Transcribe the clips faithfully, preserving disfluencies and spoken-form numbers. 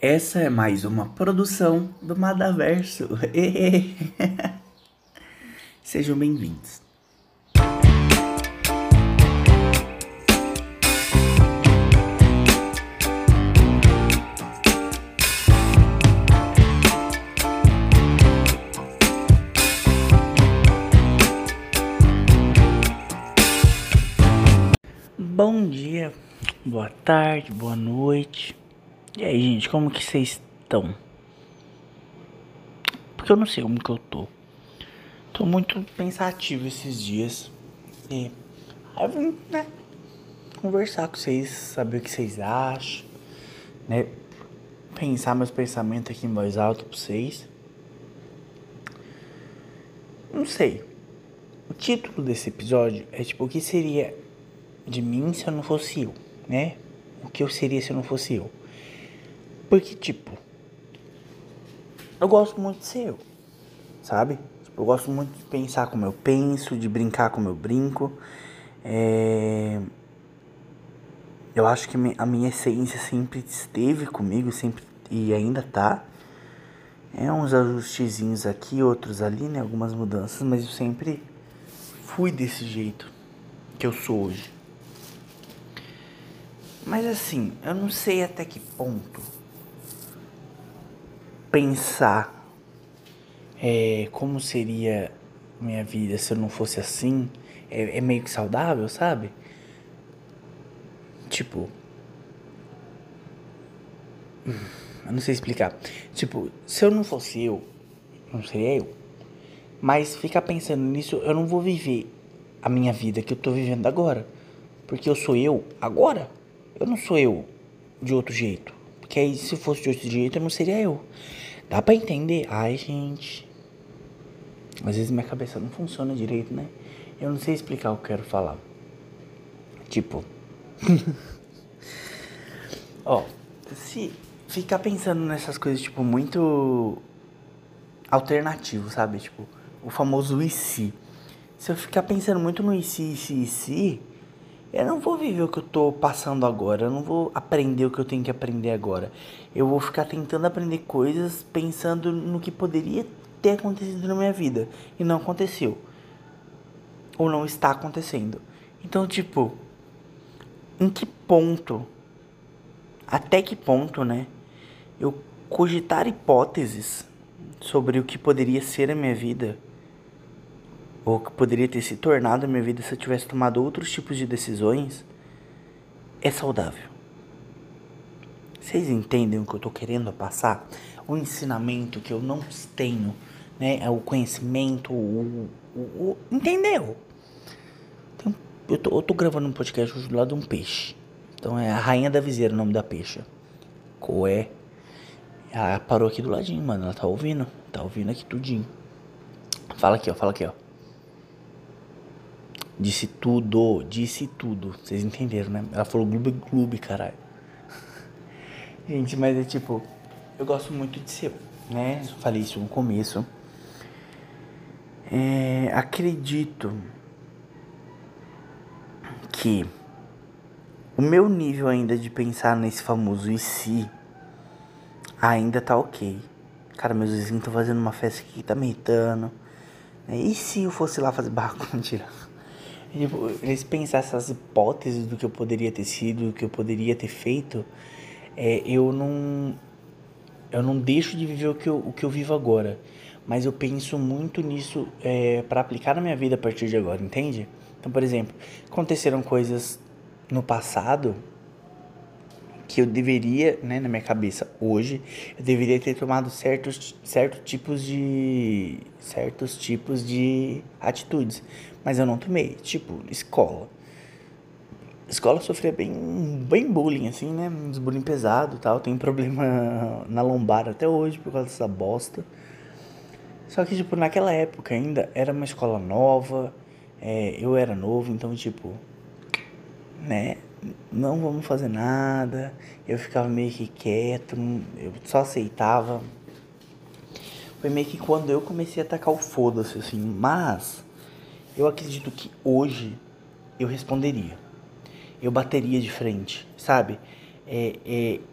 Essa é mais uma produção do Madaverso. Sejam bem-vindos. Bom dia, boa tarde, boa noite. E aí, gente, como que vocês estão? Porque eu não sei como que eu tô. Tô muito pensativo esses dias. E aí eu vim, né, conversar com vocês, saber o que vocês acham, né? Pensar meus pensamentos aqui em voz alta pra vocês. Não sei. O título desse episódio é tipo, o que seria de mim se eu não fosse eu, né? O que eu seria se eu não fosse eu. Porque, tipo, eu gosto muito de ser eu, sabe? Tipo, eu gosto muito de pensar como eu penso, de brincar como eu brinco. É... Eu acho que a minha essência sempre esteve comigo, sempre e ainda tá. É uns ajustezinhos aqui, outros ali, né? Algumas mudanças, mas eu sempre fui desse jeito que eu sou hoje. Mas assim, eu não sei até que ponto pensar é, como seria minha vida se eu não fosse assim é, é meio que saudável, sabe? Tipo, eu não sei explicar. Tipo, se eu não fosse eu, não seria eu. Mas ficar pensando nisso, eu não vou viver a minha vida que eu tô vivendo agora. Porque eu sou eu agora. Eu não sou eu de outro jeito. Porque aí, se fosse de outro jeito, eu não seria eu. Dá pra entender? Ai, gente. Às vezes minha cabeça não funciona direito, né? Eu não sei explicar o que eu quero falar. Tipo... Ó, se ficar pensando nessas coisas, tipo, muito alternativo, sabe? Tipo, o famoso e se. Se eu ficar pensando muito no e se, e se, e se, eu não vou viver o que eu tô passando agora. Eu não vou aprender o que eu tenho que aprender agora. Eu vou ficar tentando aprender coisas pensando no que poderia ter acontecido na minha vida. E não aconteceu. Ou não está acontecendo. Então, tipo, em que ponto, até que ponto, né, eu cogitar hipóteses sobre o que poderia ser a minha vida, ou o que poderia ter se tornado a minha vida se eu tivesse tomado outros tipos de decisões, é saudável. Vocês entendem o que eu tô querendo passar? O ensinamento que eu não tenho, né, o conhecimento, o... o, o entendeu? Tem, eu, tô, eu tô gravando um podcast hoje do lado de um peixe. Então é a Rainha da Viseira o nome da peixa. Coé. Ela parou aqui do ladinho, mano. Ela tá ouvindo. Tá ouvindo aqui tudinho. Fala aqui, ó. Fala aqui, ó. Disse tudo. Disse tudo. Vocês entenderam, né? Ela falou gloob gloob, caralho. Gente, mas é tipo... Eu gosto muito de ser, né? Eu falei isso no começo. É, acredito que o meu nível ainda de pensar nesse famoso e se ainda tá ok. Cara, meus vizinhos estão fazendo uma festa aqui que tá me irritando. E se eu fosse lá fazer barraco? Mentira. Tipo, eles pensassem essas hipóteses do que eu poderia ter sido, do que eu poderia ter feito, é, eu não... Eu não deixo de viver o que eu, o que eu vivo agora. Mas eu penso muito nisso é, pra aplicar na minha vida a partir de agora, entende? Então, por exemplo, aconteceram coisas no passado que eu deveria, né, na minha cabeça hoje, eu deveria ter tomado certos, certos tipos de certos tipos de atitudes, mas eu não tomei, tipo, escola. Escola sofria bem, bem bullying, assim, né, uns bullying pesado e tal, tem problema na lombar até hoje por causa dessa bosta. Só que, tipo, naquela época ainda era uma escola nova, é, eu era novo, então, tipo, né, não vamos fazer nada. Eu ficava meio que quieto, eu só aceitava. Foi meio que quando eu comecei a tacar o foda-se, assim. Mas eu acredito que hoje eu responderia. Eu bateria de frente, sabe? É, é,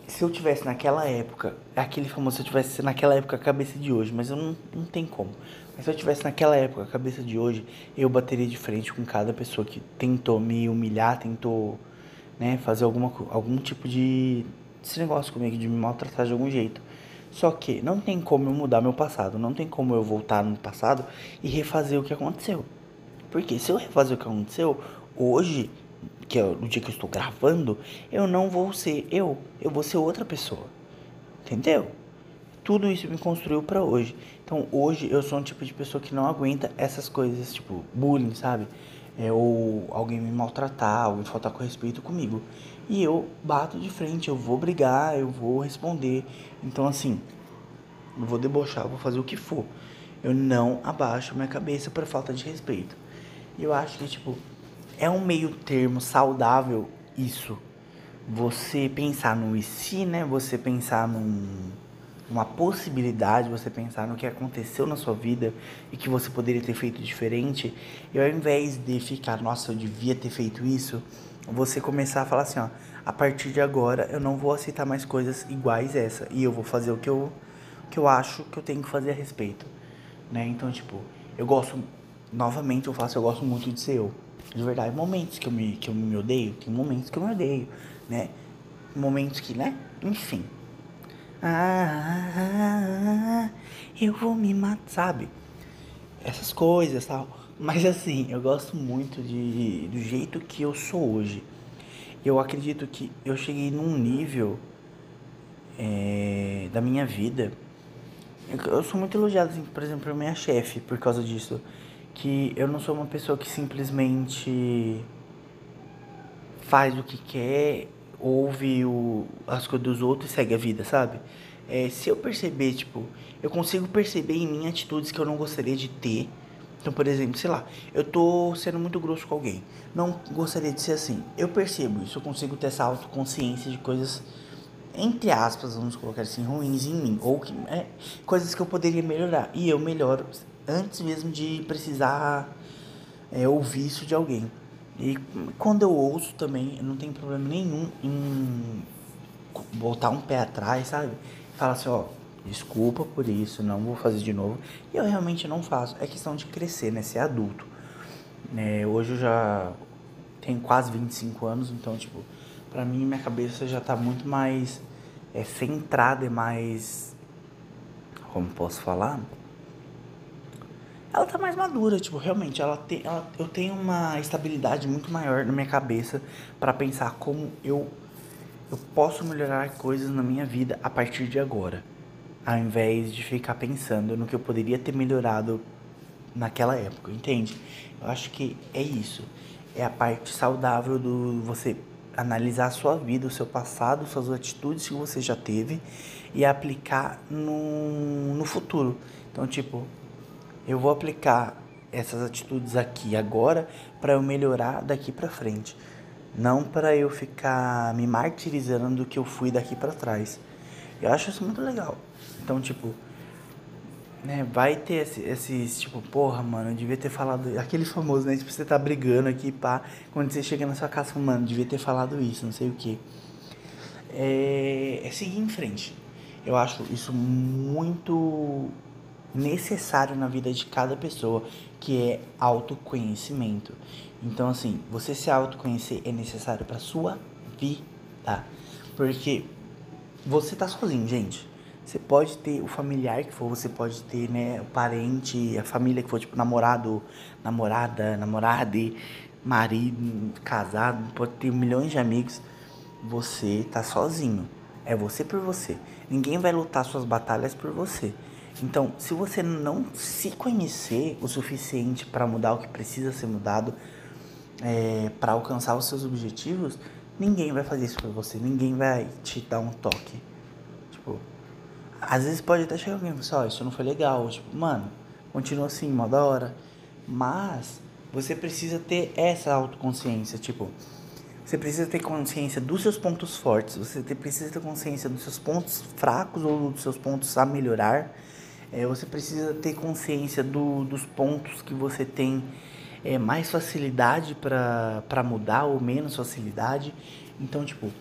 se eu tivesse naquela época, aquele famoso, se eu tivesse naquela época a cabeça de hoje, mas eu não, não tem como. Mas se eu tivesse naquela época a cabeça de hoje, eu bateria de frente com cada pessoa que tentou me humilhar, tentou, né, fazer alguma, algum tipo de esse negócio comigo, de me maltratar de algum jeito. Só que não tem como eu mudar meu passado, não tem como eu voltar no passado e refazer o que aconteceu. Porque se eu refazer o que aconteceu, hoje, que é o dia que eu estou gravando, eu não vou ser eu, eu vou ser outra pessoa. Entendeu? Tudo isso me construiu pra hoje. Então hoje eu sou um tipo de pessoa que não aguenta essas coisas, tipo bullying, sabe? É, ou alguém me maltratar, alguém faltar com respeito comigo. E eu bato de frente, eu vou brigar, eu vou responder. Então assim, eu vou debochar, eu vou fazer o que for. Eu não abaixo minha cabeça por falta de respeito. E eu acho que, tipo, é um meio termo saudável isso. Você pensar no e se, né? Você pensar num, numa possibilidade, você pensar no que aconteceu na sua vida e que você poderia ter feito diferente. E ao invés de ficar, nossa, eu devia ter feito isso, você começar a falar assim, ó, a partir de agora eu não vou aceitar mais coisas iguais essa. E eu vou fazer o que eu, que eu acho que eu tenho que fazer a respeito, né? Então, tipo, eu gosto, novamente eu faço, eu gosto muito de ser eu. De verdade, momentos que eu me, que eu me odeio, tem momentos que eu me odeio, né? Momentos que, né? Enfim. Ah, ah, ah, eu vou me matar, sabe? Essas coisas tal. Mas assim, eu gosto muito de, do jeito que eu sou hoje. Eu acredito que eu cheguei num nível é, da minha vida. Eu sou muito elogiado, assim, por exemplo, por minha chefe, por causa disso. Que eu não sou uma pessoa que simplesmente faz o que quer, ouve o, as coisas dos outros e segue a vida, sabe? É, se eu perceber, tipo, eu consigo perceber em mim atitudes que eu não gostaria de ter. Então, por exemplo, sei lá, eu tô sendo muito grosso com alguém. Não gostaria de ser assim. Eu percebo isso, eu consigo ter essa autoconsciência de coisas, entre aspas, vamos colocar assim, ruins em mim. Ou que, é, coisas que eu poderia melhorar. E eu melhoro antes mesmo de precisar é, ouvir isso de alguém. E quando eu ouço também, eu não tenho problema nenhum em botar um pé atrás, sabe? Falar assim, ó, desculpa por isso, não vou fazer de novo. E eu realmente não faço. É questão de crescer, né? Ser adulto. É, hoje eu já tenho quase vinte e cinco anos, então, tipo, pra mim, minha cabeça já tá muito mais é, centrada e mais. Como posso falar? Ela tá mais madura, tipo, realmente, ela tem, ela, eu tenho uma estabilidade muito maior na minha cabeça pra pensar como eu, eu posso melhorar coisas na minha vida a partir de agora, ao invés de ficar pensando no que eu poderia ter melhorado naquela época, entende? Eu acho que é isso, é a parte saudável do você analisar a sua vida, o seu passado, suas atitudes que você já teve e aplicar no, no futuro. Então, tipo, eu vou aplicar essas atitudes aqui agora para eu melhorar daqui para frente, não para eu ficar me martirizando do que eu fui daqui para trás. Eu acho isso muito legal. Então, tipo, né, vai ter esse, esses, tipo, porra, mano, eu devia ter falado, aquele famoso, né, tipo, você tá brigando aqui, pá, quando você chega na sua casa, mano, devia ter falado isso, não sei o que. É, é seguir em frente. Eu acho isso muito necessário na vida de cada pessoa, que é autoconhecimento. Então, assim, você se autoconhecer é necessário para sua vida, porque você tá sozinho, gente. Você pode ter o familiar que for, você pode ter, né, o parente, a família que for, tipo, namorado, namorada, namorade, marido, casado, pode ter milhões de amigos. Você tá sozinho. É você por você. Ninguém vai lutar suas batalhas por você. Então, se você não se conhecer o suficiente para mudar o que precisa ser mudado, é, para alcançar os seus objetivos, ninguém vai fazer isso por você. Ninguém vai te dar um toque. Tipo, às vezes pode até chegar alguém e falar assim, ó, oh, isso não foi legal. Tipo, mano, continua assim, mó da hora. Mas você precisa ter essa autoconsciência, tipo, você precisa ter consciência dos seus pontos fortes, você precisa ter consciência dos seus pontos fracos ou dos seus pontos a melhorar. É, você precisa ter consciência do, dos pontos que você tem é, mais facilidade para mudar ou menos facilidade. Então, tipo,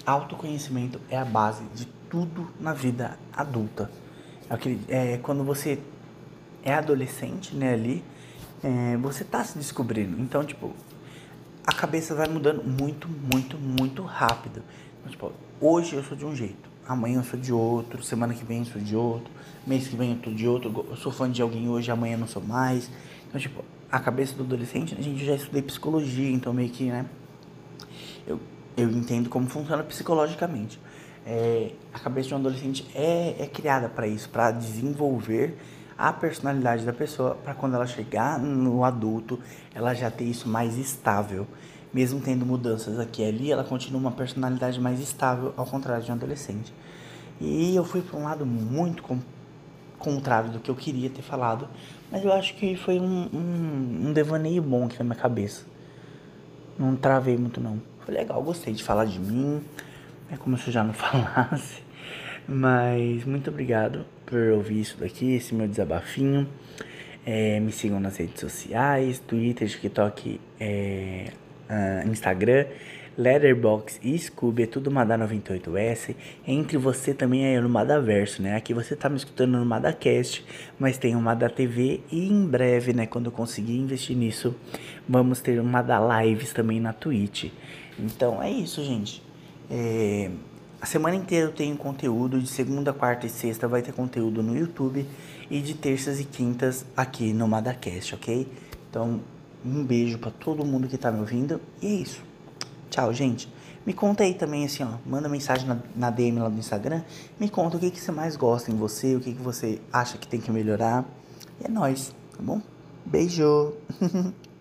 autoconhecimento é a base de tudo na vida adulta. Eu acredito, é, quando você é adolescente, né, ali, é, você tá se descobrindo. Então, tipo, a cabeça vai mudando muito, muito, muito rápido. Então, tipo, hoje eu sou de um jeito, amanhã eu sou de outro, semana que vem eu sou de outro, mês que vem eu tô de outro, eu sou fã de alguém hoje, amanhã eu não sou mais. Então, tipo, a cabeça do adolescente, a gente já estudei psicologia, então meio que, né, eu, eu entendo como funciona psicologicamente. É, a cabeça de um adolescente é, é criada para isso, para desenvolver a personalidade da pessoa, para quando ela chegar no adulto, ela já ter isso mais estável. Mesmo tendo mudanças aqui e ali, ela continua uma personalidade mais estável, ao contrário de um adolescente. E eu fui para um lado muito com, contrário do que eu queria ter falado, mas eu acho que foi um, um, um devaneio bom aqui na minha cabeça. Não travei muito não. Foi legal, gostei de falar de mim. É como se eu já não falasse. Mas muito obrigado por ouvir isso daqui, esse meu desabafinho. É, me sigam nas redes sociais, Twitter, TikTok, é, uh, Instagram, Letterboxd e Scooby, é tudo Madá noventa e oito S. Entre você também é no Madaverso, né? Aqui você tá me escutando no Madacast, mas tem o Madá T V e em breve, né, quando eu conseguir investir nisso, vamos ter o Madá Lives também na Twitch. Então é isso, gente. É, a semana inteira eu tenho conteúdo, de segunda, quarta e sexta vai ter conteúdo no YouTube e de terças e quintas aqui no Madacast, ok? Então, um beijo pra todo mundo que tá me ouvindo e é isso. Tchau, gente. Me conta aí também, assim, ó, manda mensagem na, na D M lá do Instagram, me conta o que, que você mais gosta em você, o que, que você acha que tem que melhorar. E é nóis, tá bom? Beijo!